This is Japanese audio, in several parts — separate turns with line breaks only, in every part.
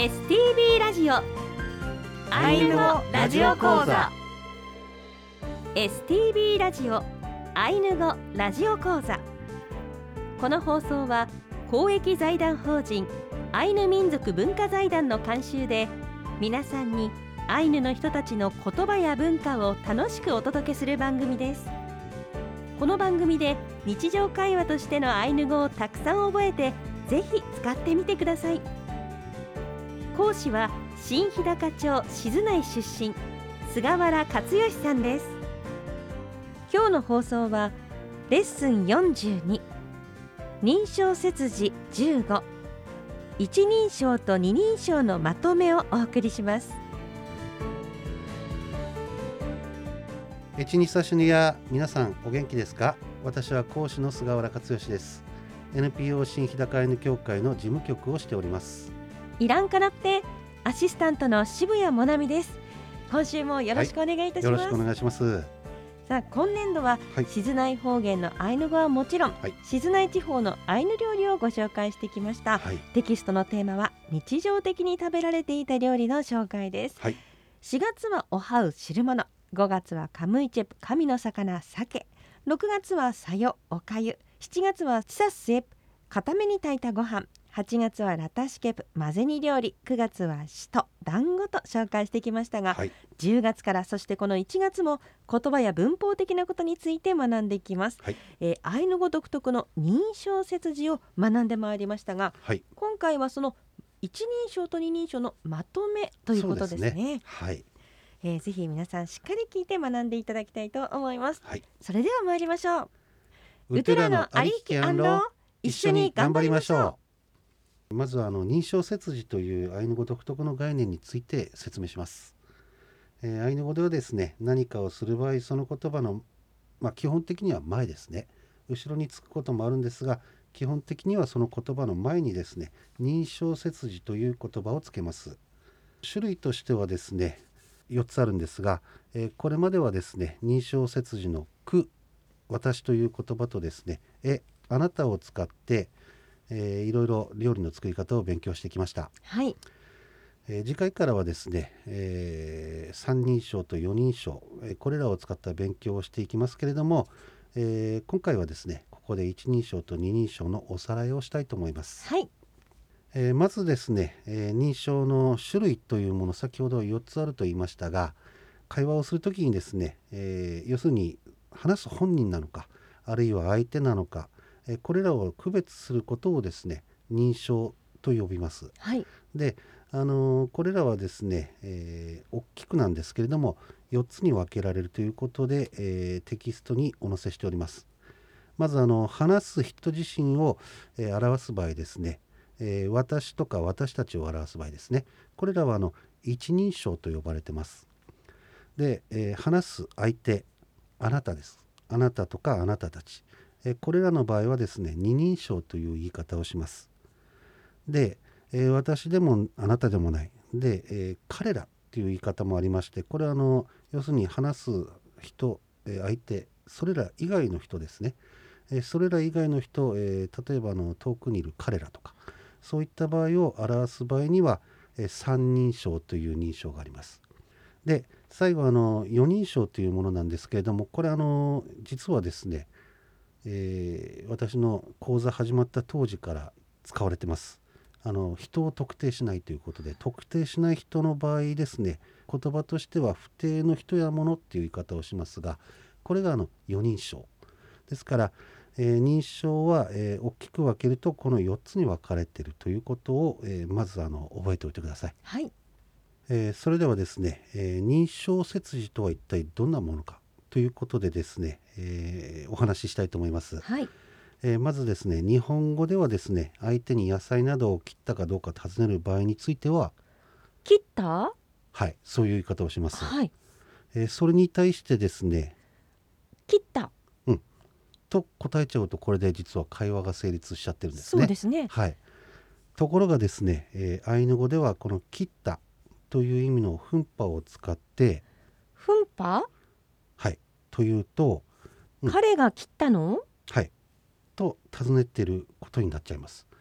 STB ラジオアイヌ語ラジオ講座 STB ラジオアイヌ語ラジオ講座。この放送は公益財団法人アイヌ民族文化財団の監修で、皆さんにアイヌの人たちの言葉や文化を楽しくお届けする番組です。この番組で日常会話としてのアイヌ語をたくさん覚えて、ぜひ使ってみてください。講師は新日高町静内出身、菅原克義さんです。今日の放送はレッスン42、認証切字15、一人称と二人称のまとめをお送りします。
エチニサシュニや皆さんお元気ですか？私は講師の菅原克義です。 NPO 新日高アイヌ協会の事務局をしております。
イランからってアシスタントの渋谷もなみです。今週もよろしくお願いいたします。
よろしくお願いします。
さあ、今年度は、静内方言のアイヌ語はもちろん、静内地方のアイヌ料理をご紹介してきました。テキストのテーマは日常的に食べられていた料理の紹介です。4月はおはう汁物、5月はカムイチェプ神の魚鮭、6月はさよおかゆ、7月はチサスエプ固めに炊いたご飯、8月はラタシケプ混ぜ煮料理、9月はシト団子と紹介してきましたが、10月からそしてこの1月も言葉や文法的なことについて学んでいきます。アイヌ語独特の認証切字を学んでまいりましたが、今回はその一人称と二人称のまとめということですね。ぜひ皆さんしっかり聞いて学んでいただきたいと思います。それでは参りましょう。ウトゥラのありきあんろ、一緒に頑張りましょう。
まずは認証切字というアイヌ語独特の概念について説明します。アイヌ語ではですね、何かをする場合、その言葉の、基本的には前ですね、後ろにつくこともあるんですが、基本的にはその言葉の前にですね、認証切字という言葉をつけます。種類としてはですね、4つあるんですが、これまではですね、認証切字のく、私という言葉とですね、あなたを使っていろいろ料理の作り方を勉強してきました。次回からはですね、三人称と四人称、これらを使った勉強をしていきますけれども、今回はですね、ここで一人称と二人称のおさらいをしたいと思います。まずですね、認証の種類というもの、先ほど4つあると言いましたが、会話をするときにですね、要するに話す本人なのか、あるいは相手なのか、これらを区別することをですね、認証と呼びます。で、これらはですね、大きくなんですけれども4つに分けられるということで、テキストにお載せしております。まず話す人自身を、表す場合ですね、私とか私たちを表す場合ですね、これらは一人称と呼ばれてます。で、話す相手、あなたです。あなたとかあなたたち、これらの場合はですね、二人称という言い方をします。で、私でもあなたでもないで、彼らという言い方もありまして、これは要するに話す人、相手、それら以外の人ですね、それら以外の人、例えば遠くにいる彼らとか、そういった場合を表す場合には、三人称という認証があります。で、最後四人称というものなんですけれども、これ実はですね、私の講座始まった当時から使われてます。人を特定しないということで、特定しない人の場合ですね、言葉としては不定の人や物っていう言い方をしますが、これが四人称ですから、認証は、大きく分けるとこの4つに分かれているということを、まず覚えておいてください。それではですね、認証切字とは一体どんなものかということでですね、お話ししたいと思います。まずですね、日本語ではですね、相手に野菜などを切ったかどうか尋ねる場合については、
切った？
そういう言い方をします。それに対してですね、
切った
と答えちゃうと、これで実は会話が成立しちゃってるんですね。
そうですね。
ところがですね、アイヌ語ではこの切ったという意味の分派を使って、
分派
というと、
彼が切ったの？
と尋ねていることになっちゃいます。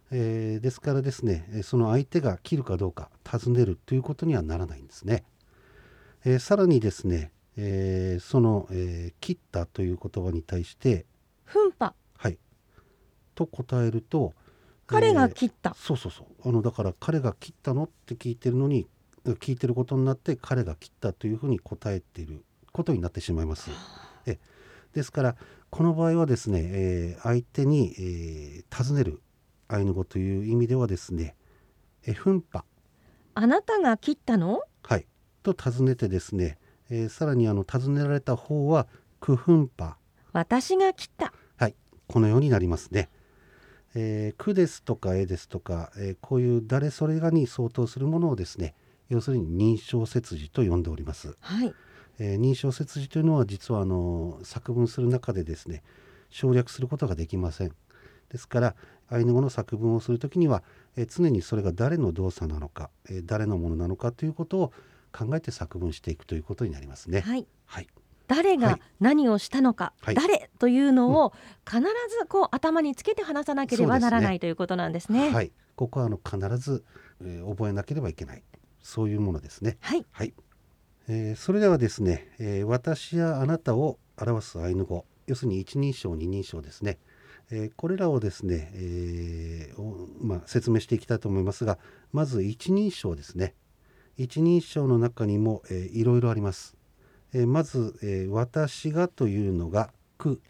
ですからですね、その相手が切るかどうか尋ねるということにはならないんですね。さらにですね、その、切ったという言葉に対して
ふんぱ、
はいと答えると、
彼が切った、
そうそうそう、だから彼が切ったのって聞いてるのに、聞いてることになって彼が切ったというふうに答えていることになってしまいます。ですからこの場合はですね、相手に、尋ねるアイヌ語という意味ではですね、ふんぱ、
あなたが切ったの？
はいと尋ねてですね、さらに尋ねられた方はくふんぱ、
私が切った。
はい、このようになりますね。くですとかえですとか、こういう誰それがに相当するものをですね、要するに認証切字と呼んでおります。
はい、
認証切字というのは実は作文する中でですね、省略することができません。ですからアイヌ語の作文をするときには、常にそれが誰の動作なのか、誰のものなのかということを考えて作文していくということになりますね。
はい、
はい、
誰が何をしたのか、
はい、
誰というのを必ずこう頭につけて話さなければならないということなんですね。
はい、ここは必ず、覚えなければいけない、そういうものですね。
はい、
はい、それではですね、私やあなたを表すアイヌ語、要するに一人称二人称ですね、これらをですね、説明していきたいと思いますが、まず一人称ですね。一人称の中にも、いろいろあります。まず、私がというのがく、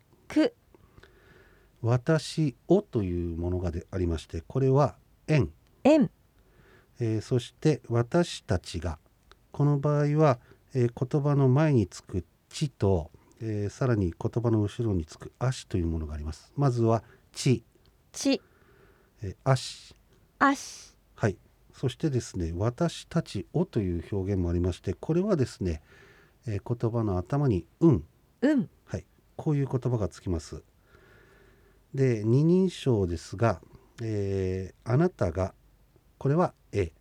私をというものがありまして、これは円、そして私たちが、この場合は、言葉の前につくちと、さらに言葉の後ろにつくあしというものがあります。まずはち、あし、はい、そしてですね、私たちをという表現もありまして、これはですね、言葉の頭にはい、こういう言葉がつきます。で、二人称ですが、あなたが、これは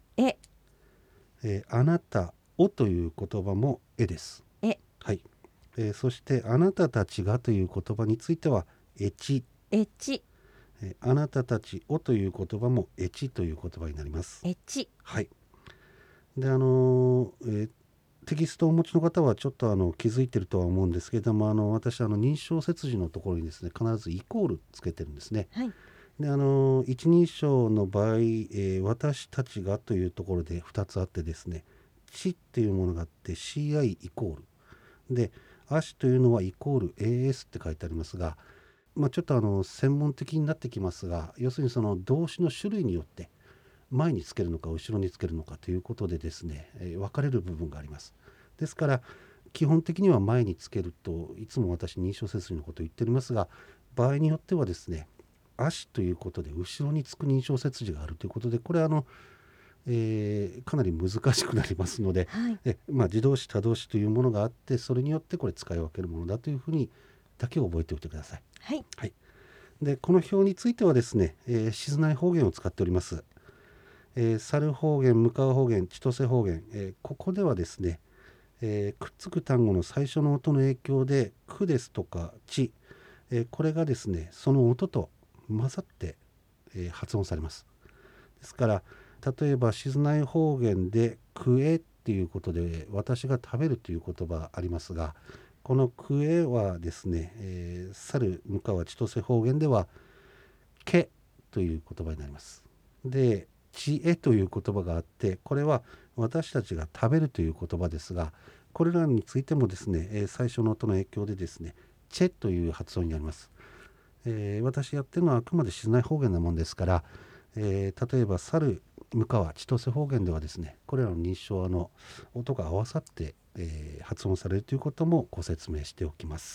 あなたをという言葉もです。はい、そしてあなたたちがという言葉についてはち、あなたたちをという言葉もちという言葉になります。はい。でテキストをお持ちの方はちょっと気づいてるとは思うんですけれども、私認証切字のところにですね、必ずイコールつけてるんですね。
はい、
で一人称の場合、私たちがというところで2つあってですね、ちっていうものがあって CI イコールで、アシというのはイコール AS って書いてありますが、ちょっと専門的になってきますが、要するにその動詞の種類によって前につけるのか後ろにつけるのかということでですね、分かれる部分があります。ですから基本的には前につけると、いつも私認証切字のことを言っておりますが、場合によってはですね、足ということで後ろにつく認証切字があるということで、これはかなり難しくなりますので、自動詞他動詞というものがあって、それによってこれ使い分けるものだというふうにだけ覚えておいてください。でこの表についてはですね、静内方言を使っております。猿方言、向川方言、千歳方言、ここではですね、くっつく単語の最初の音の影響でくですとかち、これがですねその音と混ざって、発音されます。ですから例えば静内方言でくえっていうことで私が食べるという言葉ありますが、このくえはですね、猿向川千歳方言ではけという言葉になります。でちえという言葉があって、これは私たちが食べるという言葉ですが、これらについてもですね、最初の音の影響でですねチェという発音になります。私やってるのはあくまで静内方言なもんですから、例えば猿向川千歳方言ではですね、これらの認証の音が合わさって、発音されるということもご説明しておきます。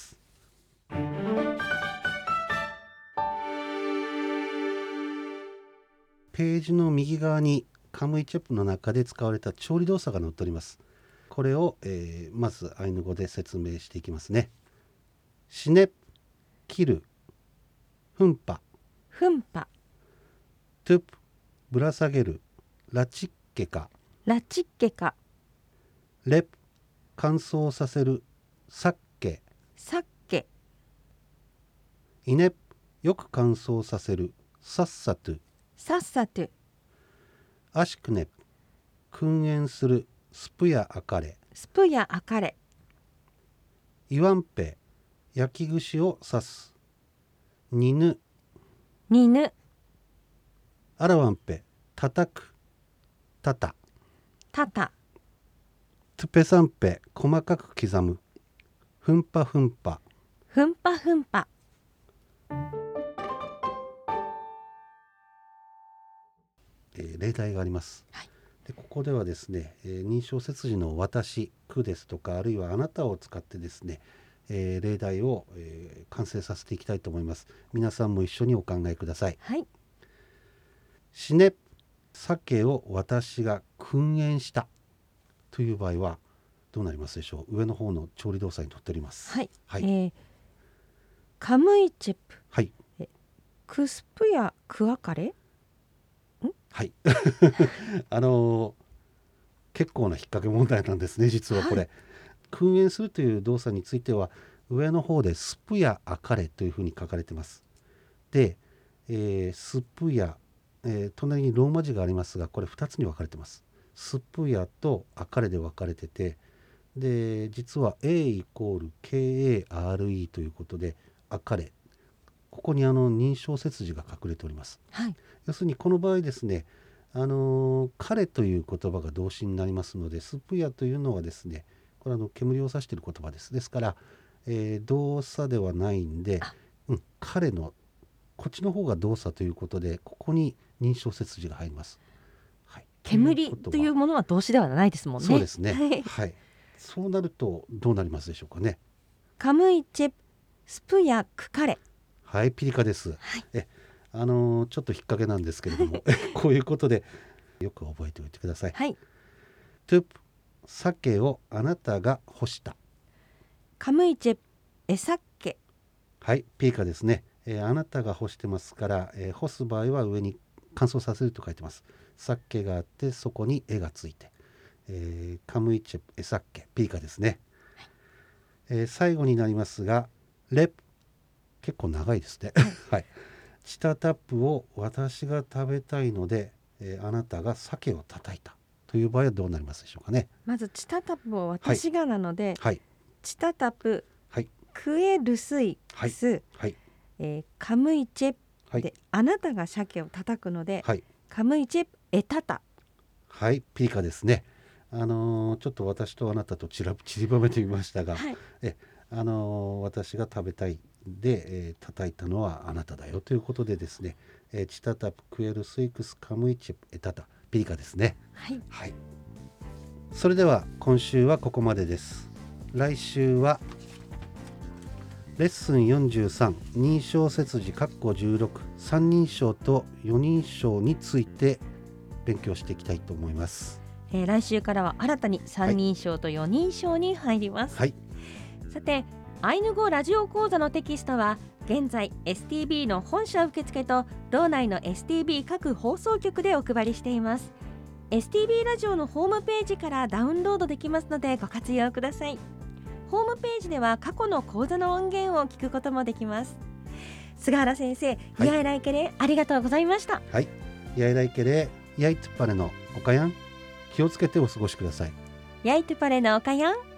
ページの右側にカムイチェプの中で使われた調理動作が載っております。これを、まずアイヌ語で説明していきますね。しね、切る、ふんぱ、トゥプ、ぶら下げる、ラチッケカ、レプ、乾燥させる、サッケ、イネプ、よく乾燥させる、サッサトゥ、
さっさと
アシクネ訓練するスプヤアカレ
スプヤアカレ
イワンペ焼き串を刺すニヌ
ニヌ
アラワンペ叩くタタ
タタ
トゥペサンペ細かく刻むフンパフンパ
フンパフンパ
例題があります、
はい、
でここではですね、認証切字の私、くですとかあるいはあなたを使ってですね、例題を、完成させていきたいと思います。皆さんも一緒にお考えください。
はい。
死ね鮭を私が訓練したという場合はどうなりますでしょう。上の方の調理動作にとっております。
はい、
はい、
カムイチェプ、
はい、
クスプヤクアカレ
はい結構な引っ掛け問題なんですね、実はこれ、はい、訓練するという動作については上の方でスプヤアカレというふうに書かれています。で、スプヤ、隣にローマ字がありますがこれ2つに分かれています。スプヤとアカレで分かれてて、で実は A イコール KARE ということでアカレ、ここに認証切字が隠れております、
はい、
要するにこの場合ですね、彼という言葉が動詞になりますので、スプヤというのはですね、これ煙を指している言葉です。ですから、動作ではないんで、彼のこっちの方が動作ということでここに認証切字が入ります、はい、
煙というものは動詞ではないですもんね。
そうですね、はい、そうなるとどうなりますでしょうかね。
カムイチェスプヤクカレ、
はい、ピリカです、はい、ちょっと引っ掛けなんですけれどもこういうことでよく覚えておいてください。
はい。
トゥプ鮭をあなたが干した。
カムイチェエサッケ、
はい、ピリカですね。あなたが干してますから、干す場合は上に乾燥させると書いてます。鮭があってそこに絵がついて、カムイチェエサッケピリカですね、はい、最後になりますがレプ、結構長いですねはい、チタタップを私が食べたいので、あなたが鮭を叩いたという場合はどうなりますでしょうかね。
まずチタタップを私がなので、
はい、
チタタップ、
はい、
クエルスイクス、
はいはい、
カムイチェ、
はい、
であなたが鮭を叩くので、
はい、
カムイチェエタタ、
はい、ピリカですね。ちょっと私とあなたと散りばめてみましたが、はい、私が食べたいで、叩いたのはあなただよということでですね、チタタプクエルスイクスカムイチェエタタピリカですね。
はい、
はい、それでは今週はここまでです。来週はレッスン43認証切字16三人称と四人称について勉強していきたいと思います。
来週からは新たに三人称と四人称に入ります、
はい、
さてアイヌ語ラジオ講座のテキストは現在 STB の本社受付と道内の STB 各放送局でお配りしています。 STB ラジオのホームページからダウンロードできますのでご活用ください。ホームページでは過去の講座の音源を聞くこともできます。菅原先生、
はい、
イヤイライケレありがとうございました。
はい、イヤイライケレイヤイトゥパレのおかやん、気をつけてお過ごしください。
イヤイトゥパレのおかやん。